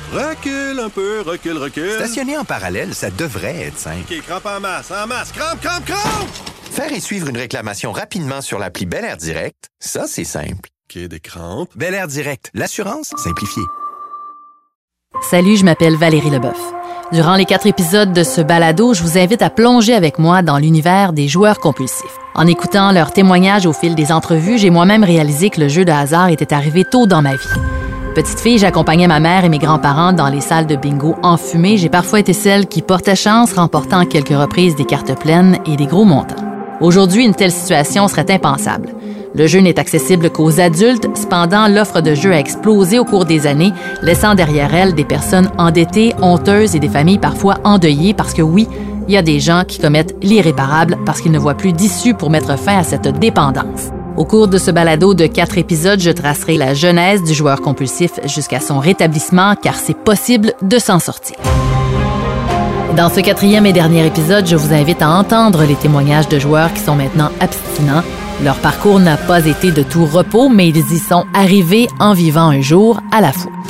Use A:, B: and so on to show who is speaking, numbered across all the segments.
A: Recule un peu, recule.
B: Stationner en parallèle, ça devrait être simple.
A: OK, crampe en masse, crampe!
B: Faire et suivre une réclamation rapidement sur l'appli Bel Air Direct, ça, c'est simple.
A: OK, des crampes.
B: Bel Air Direct, l'assurance simplifiée.
C: Salut, je m'appelle Valérie Leboeuf. Durant les 4 épisodes de ce balado, je vous invite à plonger avec moi dans l'univers des joueurs compulsifs. En écoutant leurs témoignages au fil des entrevues, j'ai moi-même réalisé que le jeu de hasard était arrivé tôt dans ma vie. Petite fille, j'accompagnais ma mère et mes grands-parents dans les salles de bingo enfumées. J'ai parfois été celle qui portait chance, remportant à quelques reprises des cartes pleines et des gros montants. Aujourd'hui, une telle situation serait impensable. Le jeu n'est accessible qu'aux adultes. Cependant, l'offre de jeux a explosé au cours des années, laissant derrière elle des personnes endettées, honteuses et des familles parfois endeuillées parce que oui, il y a des gens qui commettent l'irréparable parce qu'ils ne voient plus d'issue pour mettre fin à cette dépendance. Au cours de ce balado de 4 épisodes, je tracerai la genèse du joueur compulsif jusqu'à son rétablissement, car c'est possible de s'en sortir. Dans ce 4e et dernier épisode, je vous invite à entendre les témoignages de joueurs qui sont maintenant abstinents. Leur parcours n'a pas été de tout repos, mais ils y sont arrivés en vivant un jour à la fois.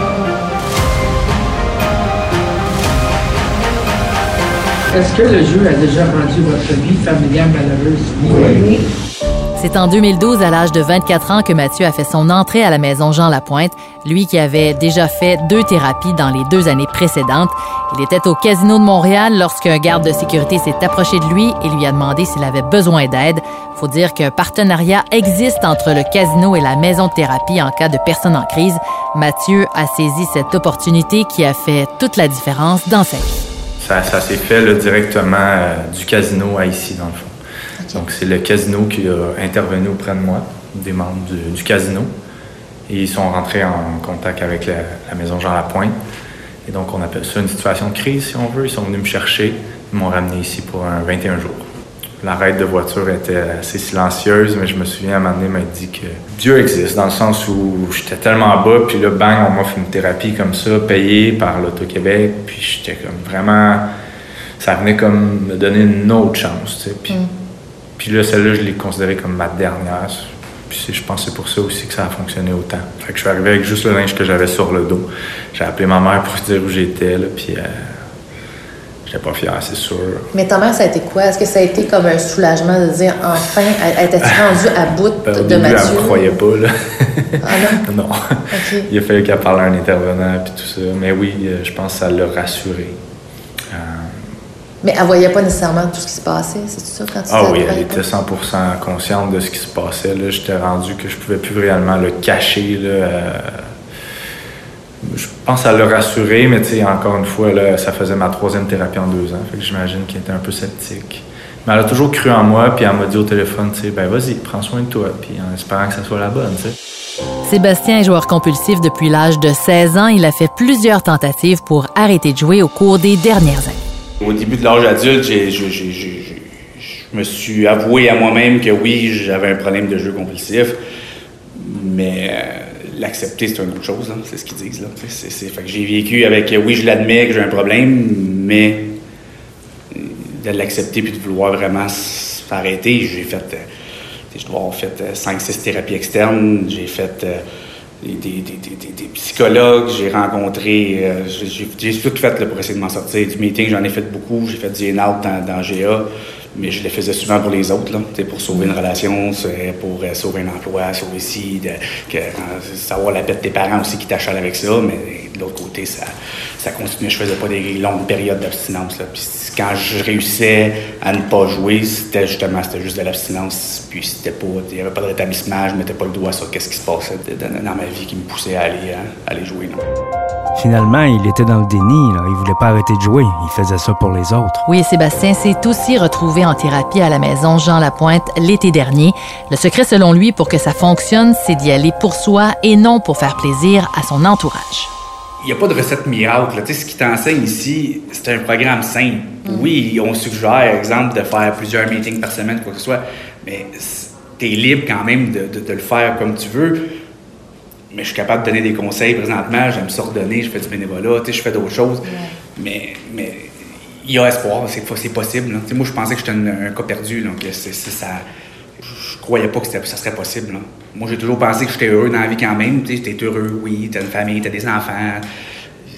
D: Est-ce que le jeu a déjà rendu votre vie familiale malheureuse? Oui.
C: C'est en 2012, à l'âge de 24 ans, que Mathieu a fait son entrée à la maison Jean Lapointe, lui qui avait déjà fait 2 thérapies dans les 2 années précédentes. Il était au Casino de Montréal lorsqu'un garde de sécurité s'est approché de lui et lui a demandé s'il avait besoin d'aide. Faut dire qu'un partenariat existe entre le casino et la maison de thérapie en cas de personne en crise. Mathieu a saisi cette opportunité qui a fait toute la différence dans sa vie.
E: Ça s'est fait là, directement du casino à ici, dans le fond. Donc, c'est le casino qui a intervenu auprès de moi, des membres du casino. Et ils sont rentrés en contact avec la maison Jean Lapointe. Et donc, on appelle ça une situation de crise, si on veut. Ils sont venus me chercher. Ils m'ont ramené ici pour 21 jours. L'arrêt de voiture était assez silencieuse, mais je me souviens, à un moment donné, m'a dit que Dieu existe, dans le sens où j'étais tellement bas, puis là, bang, on m'offre une thérapie comme ça, payée par l'Auto-Québec. Puis j'étais comme vraiment... Ça venait comme me donner une autre chance, tu sais. Puis là, celle-là, je l'ai considérée comme ma dernière. Puis je pense que c'est pour ça aussi que ça a fonctionné autant. Fait que je suis arrivé avec juste le linge que j'avais sur le dos. J'ai appelé ma mère pour dire où j'étais, là, puis j'étais pas fier, c'est sûr.
F: Mais ta mère, ça a été quoi? Est-ce que ça a été comme un soulagement de dire, enfin, elle était rendue à bout de
E: début,
F: Mathieu?
E: Elle me croyait pas, là.
F: Ah non?
E: Non.
F: Okay.
E: Il a fallu qu'elle parle à un intervenant, puis tout ça. Mais oui, je pense que ça l'a rassurée.
F: Mais elle voyait pas nécessairement tout ce qui se passait, c'est ça quand tu
E: oui, elle était 100% consciente de ce qui se passait. Là, j'étais rendu que je pouvais plus réellement le cacher. Là, je pense à le rassurer, mais tu sais, encore une fois, là, ça faisait ma 3e thérapie en 2 ans. Fait que j'imagine qu'elle était un peu sceptique. Mais elle a toujours cru en moi, puis elle m'a dit au téléphone, tu sais, ben vas-y, prends soin de toi, puis en espérant que ça soit la bonne, tu sais.
C: Sébastien est joueur compulsif depuis l'âge de 16 ans. Il a fait plusieurs tentatives pour arrêter de jouer au cours des dernières années.
G: Au début de l'âge adulte, je me suis avoué à moi-même que oui, j'avais un problème de jeu compulsif, mais l'accepter, c'est une autre chose, hein, c'est ce qu'ils disent. Là. Fait que j'ai vécu avec, oui, je l'admets que j'ai un problème, mais de l'accepter puis de vouloir vraiment s'arrêter, j'ai fait, je dois avoir fait 5-6 thérapies externes, j'ai fait... Des psychologues, j'ai rencontré, j'ai tout fait là, pour essayer de m'en sortir. Du meeting, j'en ai fait beaucoup, j'ai fait du in-out dans GA, mais je le faisais souvent pour les autres, là, pour sauver une relation, pour sauver un emploi, sauver ici, savoir la paix de tes parents aussi qui t'achalent avec ça, mais de l'autre côté, ça continuait. Je faisais pas des longues périodes d'abstinence. Là. Puis quand je réussissais à ne pas jouer, c'était juste de l'abstinence. Puis il n'y avait pas de rétablissement, je mettais pas le doigt sur qu'est-ce qui se passait dans ma vie qui me poussait à aller jouer. Non.
H: Finalement, il était dans le déni. Là. Il voulait pas arrêter de jouer. Il faisait ça pour les autres.
C: Oui, Sébastien s'est aussi retrouvé en thérapie à la maison Jean Lapointe l'été dernier. Le secret, selon lui, pour que ça fonctionne, c'est d'y aller pour soi et non pour faire plaisir à son entourage.
G: Il n'y a pas de recette miracle. Là. Ce qui t'enseigne ici, c'est un programme simple. Oui, on suggère, exemple, de faire plusieurs meetings par semaine, quoi que ce soit, mais tu es libre quand même de le faire comme tu veux. Mais je suis capable de donner des conseils présentement. J'aime ça redonner, je fais du bénévolat, je fais d'autres choses. Ouais. Mais il y a espoir, c'est possible. Là. Moi, je pensais que j'étais un cas perdu. Donc, je croyais pas que ça serait possible. Là. Moi, j'ai toujours pensé que j'étais heureux dans la vie quand même. Tu es heureux, oui, tu as une famille, tu as des enfants.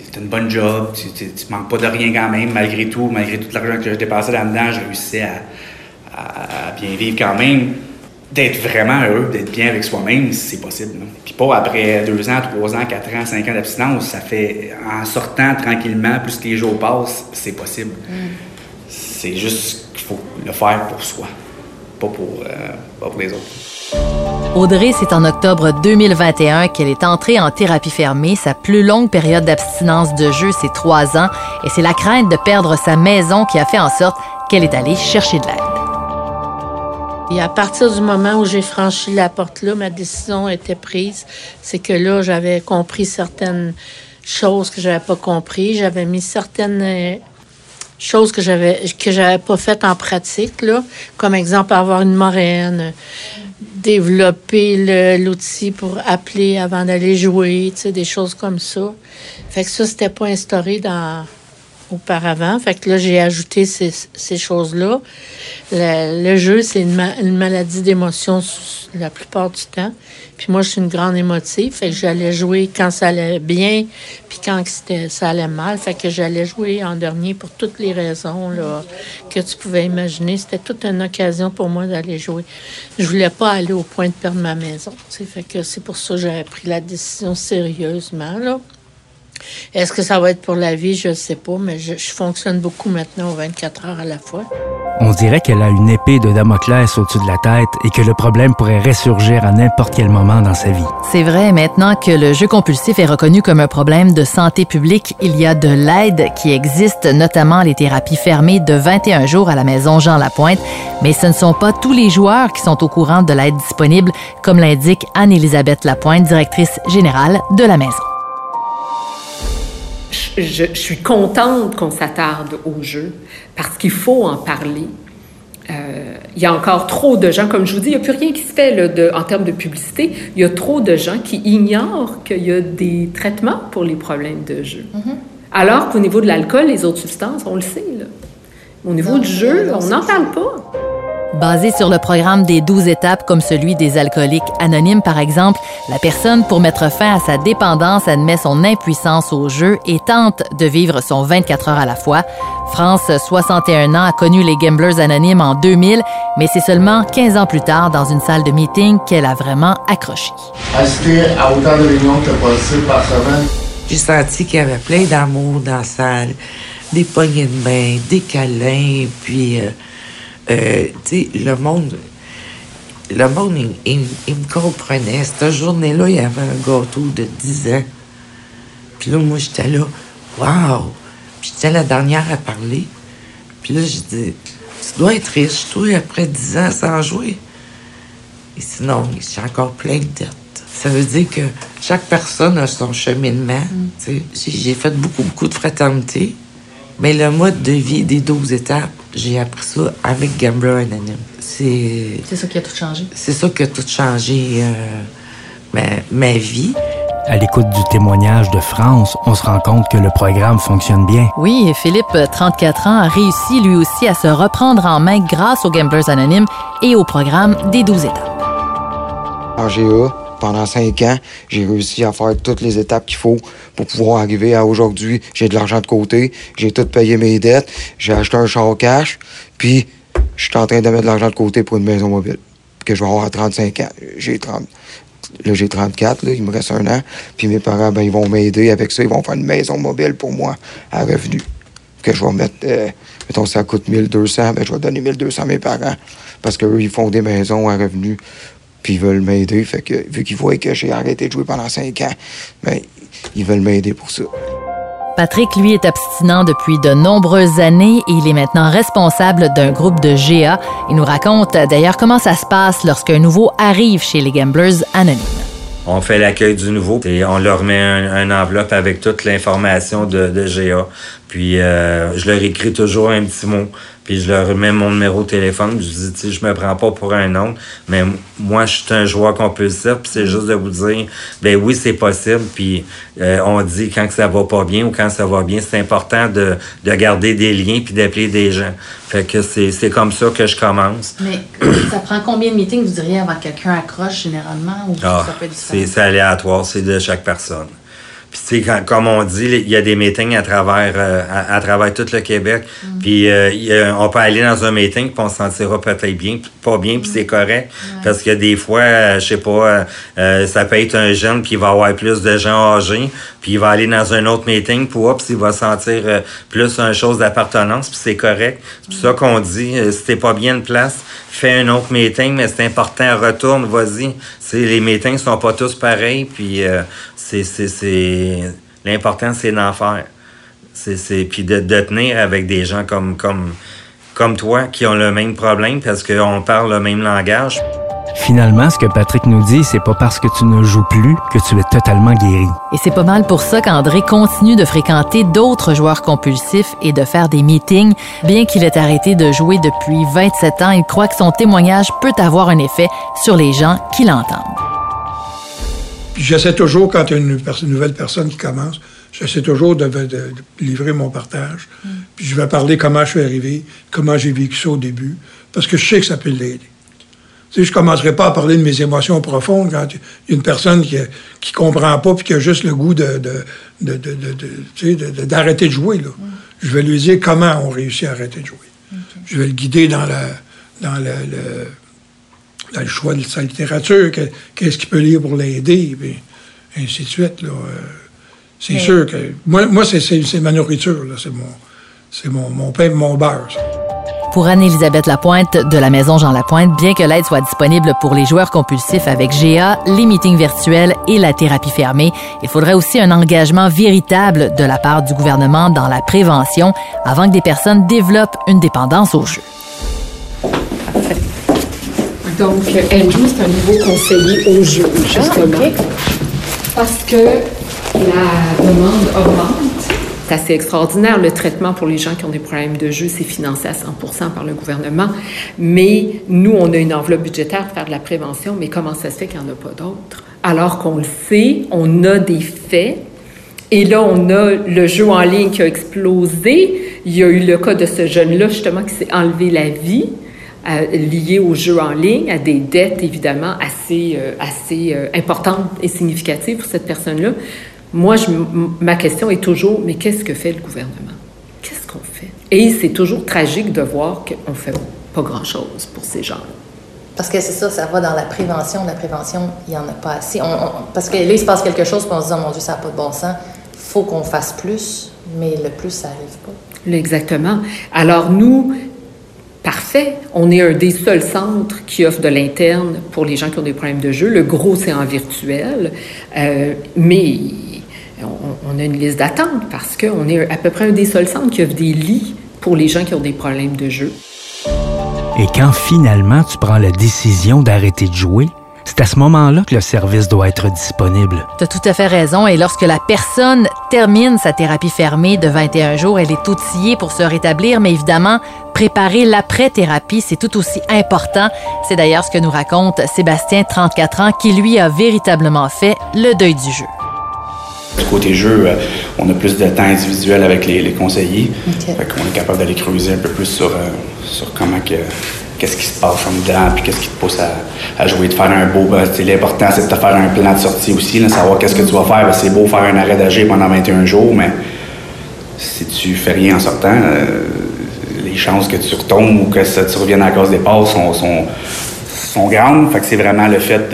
G: une bonne job, tu manques pas de rien quand même, malgré tout l'argent que je dépensais là-dedans, je réussissais à bien vivre quand même. D'être vraiment heureux, d'être bien avec soi-même, c'est possible. Là. Puis pas après 2 ans, 3 ans, 4 ans, 5 ans d'abstinence, ça fait en sortant tranquillement, plus que les jours passent, c'est possible. C'est juste qu'il faut le faire pour soi, pas pour les autres.
C: Audrey, c'est en octobre 2021 qu'elle est entrée en thérapie fermée. Sa plus longue période d'abstinence de jeu, c'est 3 ans. Et c'est la crainte de perdre sa maison qui a fait en sorte qu'elle est allée chercher de l'aide.
I: Et à partir du moment où j'ai franchi la porte-là, ma décision était prise. C'est que là, j'avais compris certaines choses que j'avais pas compris. J'avais mis certaines choses que j'avais pas faites en pratique, là. Comme exemple, avoir une moraine, développer l'outil pour appeler avant d'aller jouer, tu sais, des choses comme ça. Fait que ça, c'était pas instauré auparavant. Fait que là, j'ai ajouté ces choses-là. Le jeu, c'est une maladie d'émotion la plupart du temps. Puis moi, je suis une grande émotive. Fait que j'allais jouer quand ça allait bien, puis quand ça allait mal. Fait que j'allais jouer en dernier pour toutes les raisons là, que tu pouvais imaginer. C'était toute une occasion pour moi d'aller jouer. Je voulais pas aller au point de perdre ma maison. T'sais. Fait que c'est pour ça que j'avais pris la décision sérieusement, là. Est-ce que ça va être pour la vie? Je ne sais pas, mais je fonctionne beaucoup maintenant aux 24 heures à la fois.
H: On dirait qu'elle a une épée de Damoclès au-dessus de la tête et que le problème pourrait ressurgir à n'importe quel moment dans sa vie.
C: C'est vrai, maintenant que le jeu compulsif est reconnu comme un problème de santé publique, il y a de l'aide qui existe, notamment les thérapies fermées de 21 jours à la maison Jean-Lapointe. Mais ce ne sont pas tous les joueurs qui sont au courant de l'aide disponible, comme l'indique Anne-Élisabeth Lapointe, directrice générale de la maison.
J: Je suis contente qu'on s'attarde au jeu parce qu'il faut en parler. Il y a encore trop de gens, comme je vous dis, il n'y a plus rien qui se fait là, en termes de publicité. Il y a trop de gens qui ignorent qu'il y a des traitements pour les problèmes de jeu. Alors qu'au niveau de l'alcool, les autres substances, on le sait. Là. Au niveau du jeu, on n'en parle pas.
C: Basé sur le programme des 12 étapes comme celui des alcooliques anonymes, par exemple, la personne, pour mettre fin à sa dépendance, admet son impuissance au jeu et tente de vivre son 24 heures à la fois. France, 61 ans, a connu les Gamblers anonymes en 2000, mais c'est seulement 15 ans plus tard, dans une salle de meeting, qu'elle a vraiment accroché.
K: Assister à autant de réunions que possible par semaine.
L: J'ai senti qu'il y avait plein d'amour dans la salle, des poignées de main, des câlins, puis... tu sais, le monde, il me comprenait. Cette journée-là, il y avait un gâteau de 10 ans. Puis là, moi, j'étais là, wow! Puis j'étais la dernière à parler. Puis là, j'ai dit, tu dois être riche, toi, après 10 ans sans jouer. Et sinon, j'ai encore plein de dettes. Ça veut dire que chaque personne a son cheminement. Tu sais, j'ai fait beaucoup de fraternité. Mais le mode de vie des 12 étapes, j'ai appris ça avec Gambler Anonyme.
F: C'est ça qui a tout changé?
L: C'est ça qui a tout changé ma vie.
H: À l'écoute du témoignage de France, on se rend compte que le programme fonctionne bien.
C: Oui, et Philippe, 34 ans, a réussi lui aussi à se reprendre en main grâce aux Gamblers Anonymes et au programme des 12 étapes.
M: En GA, pendant 5 ans, j'ai réussi à faire toutes les étapes qu'il faut pour pouvoir arriver à aujourd'hui. J'ai de l'argent de côté, j'ai tout payé mes dettes, j'ai acheté un char cash, puis je suis en train de mettre de l'argent de côté pour une maison mobile que je vais avoir à 35 ans. J'ai 34, là, il me reste 1 an, puis mes parents, ben, ils vont m'aider avec ça, ils vont faire une maison mobile pour moi à revenu. Que je vais mettre, mettons, ça coûte 1200, ben, je vais donner 1200 à mes parents, parce qu'eux, ils font des maisons à revenu. Puis ils veulent m'aider. Fait que, vu qu'ils voient que j'ai arrêté de jouer pendant 5 ans, ben, ils veulent m'aider pour ça.
C: Patrick, lui, est abstinent depuis de nombreuses années et il est maintenant responsable d'un groupe de GA. Il nous raconte d'ailleurs comment ça se passe lorsqu'un nouveau arrive chez les Gamblers Anonymes.
N: On fait l'accueil du nouveau et on leur met un enveloppe avec toute l'information de GA. Puis je leur écris toujours un petit mot. Puis je leur remets mon numéro de téléphone. Je dis, tu sais, je me prends pas pour un autre, mais moi, je suis un joueur compulsif. Puis c'est juste de vous dire, ben oui, c'est possible. Puis on dit quand que ça va pas bien ou quand ça va bien, c'est important de garder des liens puis d'appeler des gens. Fait que c'est comme ça que je commence.
F: Mais ça prend combien de meetings, vous diriez, avant que quelqu'un accroche généralement? Ou ça peut être différent?
N: C'est aléatoire, c'est de chaque personne. Puis tu sais, comme on dit, il y a des meetings à travers tout le Québec. Puis on peut aller dans un meeting puis on se sentira peut-être bien, pas bien, puis c'est correct. Parce que des fois, je sais pas, ça peut être un jeune puis il va avoir plus de gens âgés, puis il va aller dans un autre meeting puis il va sentir plus une chose d'appartenance, puis c'est correct. C'est pour ça qu'on dit, si t'es pas bien de place, fais un autre meeting, mais c'est important, retourne, vas-y. Les meetings sont pas tous pareils, puis l'important, c'est d'en faire. Puis de tenir avec des gens comme toi qui ont le même problème parce qu'on parle le même langage.
H: Finalement, ce que Patrick nous dit, c'est pas parce que tu ne joues plus que tu es totalement guéri.
C: Et c'est pas mal pour ça qu'André continue de fréquenter d'autres joueurs compulsifs et de faire des meetings. Bien qu'il ait arrêté de jouer depuis 27 ans, il croit que son témoignage peut avoir un effet sur les gens qui l'entendent.
O: Puis j'essaie toujours, quand il y a une nouvelle personne qui commence, j'essaie toujours de livrer mon partage. Puis je vais parler comment je suis arrivé, comment j'ai vécu ça au début, parce que je sais que ça peut l'aider. Tu sais, je ne commencerai pas à parler de mes émotions profondes quand il y a une personne qui comprend pas puis qui a juste le goût d'arrêter de jouer. Là. Je vais lui dire comment on réussit à arrêter de jouer. Je vais le guider dans le choix de sa littérature, qu'est-ce qu'il peut lire pour l'aider, et ainsi de suite. Là. C'est sûr que... Moi c'est ma nourriture, là. C'est mon pain et mon beurre, ça.
C: Pour Anne-Élisabeth Lapointe de la Maison Jean Lapointe, bien que l'aide soit disponible pour les joueurs compulsifs avec GA, les meetings virtuels et la thérapie fermée, il faudrait aussi un engagement véritable de la part du gouvernement dans la prévention avant que des personnes développent une dépendance au jeu.
J: Parfait. Donc, Andrew, c'est un nouveau conseiller au jeu, justement. Okay. Parce que la demande augmente. C'est assez extraordinaire. Le traitement pour les gens qui ont des problèmes de jeu, c'est financé à 100% par le gouvernement. Mais nous, on a une enveloppe budgétaire pour faire de la prévention, mais comment ça se fait qu'il n'y en a pas d'autres? Alors qu'on le sait, on a des faits. Et là, on a le jeu en ligne qui a explosé. Il y a eu le cas de ce jeune-là, justement, qui s'est enlevé la vie, lié au jeu en ligne, à des dettes, évidemment, assez importantes et significatives pour cette personne-là. Moi, ma question est toujours, mais qu'est-ce que fait le gouvernement? Qu'est-ce qu'on fait? Et c'est toujours tragique de voir qu'on ne fait pas grand-chose pour ces gens-là.
F: Parce que c'est ça va dans la prévention. La prévention, il n'y en a pas assez. Parce que là, il se passe quelque chose, puis on se dit, oh mon Dieu, ça n'a pas de bon sens. Il faut qu'on fasse plus, mais le plus, ça n'arrive pas.
J: Exactement. Alors, nous, parfait, on est un des seuls centres qui offre de l'interne pour les gens qui ont des problèmes de jeu. Le gros, c'est en virtuel, mais... On a une liste d'attente parce qu'on est à peu près un des seuls centres qui offre des lits pour les gens qui ont des problèmes de jeu.
H: Et quand finalement tu prends la décision d'arrêter de jouer, c'est à ce moment-là que le service doit être disponible.
C: Tu as tout à fait raison. Et lorsque la personne termine sa thérapie fermée de 21 jours, elle est outillée pour se rétablir. Mais évidemment, préparer l'après-thérapie, c'est tout aussi important. C'est d'ailleurs ce que nous raconte Sébastien, 34 ans, qui lui a véritablement fait le deuil du jeu.
G: Côté jeu, on a plus de temps individuel avec les conseillers. Okay. Fait qu'on est capable d'aller creuser un peu plus sur comment qu'est-ce qui se passe en dedans, puis qu'est-ce qui te pousse à jouer, de faire un beau... l'important, c'est de te faire un plan de sortie aussi, là, savoir qu'est-ce que tu vas faire. C'est beau faire un arrêt d'agir pendant 21 jours, mais si tu fais rien en sortant, les chances que tu retombes ou que tu reviennes à la case départ sont grandes. Fait que c'est vraiment le fait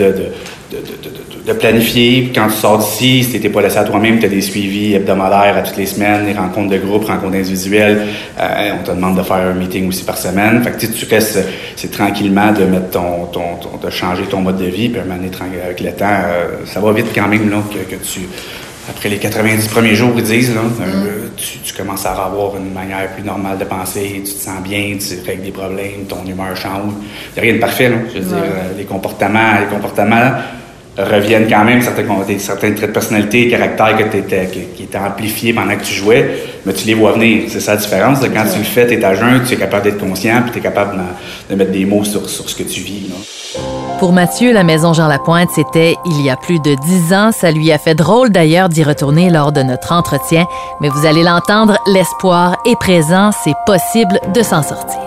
G: de planifier. Puis quand tu sors d'ici, si tu n'étais pas laissé à toi-même, tu as des suivis hebdomadaires à toutes les semaines, des rencontres de groupe, rencontres individuelles. On te demande de faire un meeting aussi par semaine. Fait que tu restes, c'est tranquillement de mettre de changer ton mode de vie, puis à un moment donné, avec le temps, ça va vite quand même, là, que tu... Après les 90 premiers jours, ils disent, là, tu commences à avoir une manière plus normale de penser, tu te sens bien, tu règles des problèmes, ton humeur change. Il n'y a rien de parfait, là. Je veux dire, les comportements reviennent quand même, certains traits de personnalité, caractère qui étaient amplifiés pendant que tu jouais, mais tu les vois venir. C'est ça la différence. Quand tu le fais, tu es à jeun, tu es capable d'être conscient, puis tu es capable de mettre des mots sur ce que tu vis, là.
C: Pour Mathieu, la Maison Jean Lapointe, c'était il y a plus de 10 ans. Ça lui a fait drôle d'ailleurs d'y retourner lors de notre entretien. Mais vous allez l'entendre, l'espoir est présent, c'est possible de s'en sortir.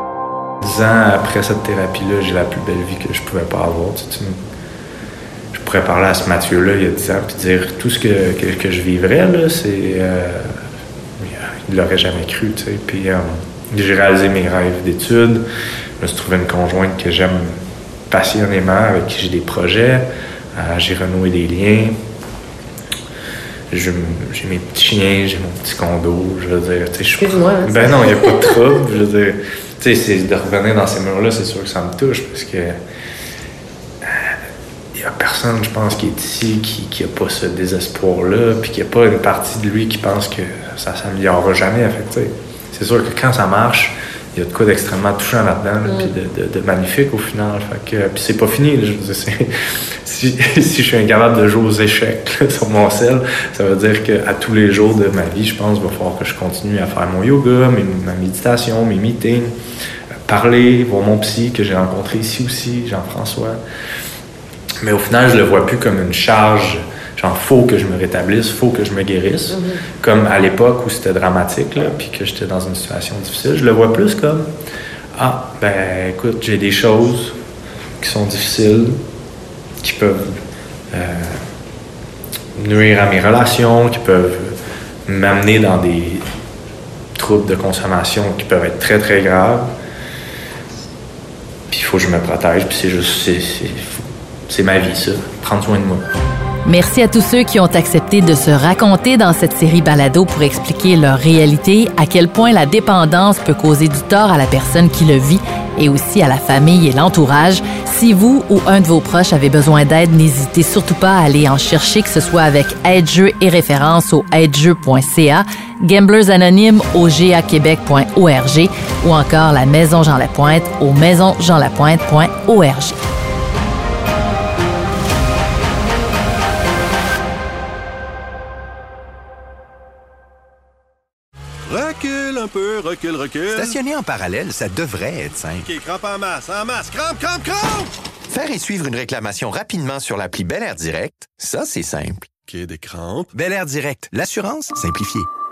E: 10 ans après cette thérapie-là, j'ai la plus belle vie que je pouvais pas avoir. Je pourrais parler à ce Mathieu-là il y a 10 ans puis dire tout ce que je vivrais, là, c'est... il l'aurait jamais cru, tu sais. Puis j'ai réalisé mes rêves d'études. Je me suis trouvé une conjointe que j'aime passionnément, avec qui j'ai des projets. J'ai renoué des liens. J'ai mes petits chiens, j'ai mon petit condo, je veux dire, tu sais,
F: Excuse-moi.
E: Ben non, il n'y a pas de trouble, je veux dire, tu sais, c'est de revenir dans ces murs-là, c'est sûr que ça me touche, parce que il n'y a personne, je pense, qui est ici, qui n'a pas ce désespoir-là, puis qui n'a pas une partie de lui qui pense que ça s'améliorera jamais, en fait, tu sais. C'est sûr que quand ça marche, il y a de quoi d'extrêmement touchant là-dedans, là, puis de magnifique au final. Fait que, puis c'est pas fini. Là, je veux dire, si je suis incapable de jouer aux échecs là, sur mon sel, ça veut dire qu'à tous les jours de ma vie, je pense qu'il va falloir que je continue à faire mon yoga, ma méditation, mes meetings, parler, voir mon psy que j'ai rencontré ici aussi, Jean-François. Mais au final, je le vois plus comme une charge. Genre, faut que je me rétablisse, faut que je me guérisse. Comme à l'époque où c'était dramatique, là, puis que j'étais dans une situation difficile, je le vois plus comme écoute, j'ai des choses qui sont difficiles, qui peuvent nuire à mes relations, qui peuvent m'amener dans des troubles de consommation qui peuvent être très, très graves. Puis il faut que je me protège, puis c'est juste, c'est ma vie, ça. Prendre soin de moi.
C: Merci à tous ceux qui ont accepté de se raconter dans cette série balado pour expliquer leur réalité, à quel point la dépendance peut causer du tort à la personne qui le vit et aussi à la famille et l'entourage. Si vous ou un de vos proches avez besoin d'aide, n'hésitez surtout pas à aller en chercher, que ce soit avec Aide-Jeu et référence au aidejeu.ca, Gamblers Anonymes au gaquebec.org ou encore la Maison Jean Lapointe au maisonjeanlapointe.org.
A: Recule.
B: Stationner en parallèle, ça devrait être simple.
A: OK, crampe en masse, crampe!
B: Faire et suivre une réclamation rapidement sur l'appli Bel Air Direct, ça, c'est simple.
A: OK, des crampes.
B: Bel Air Direct, l'assurance simplifiée.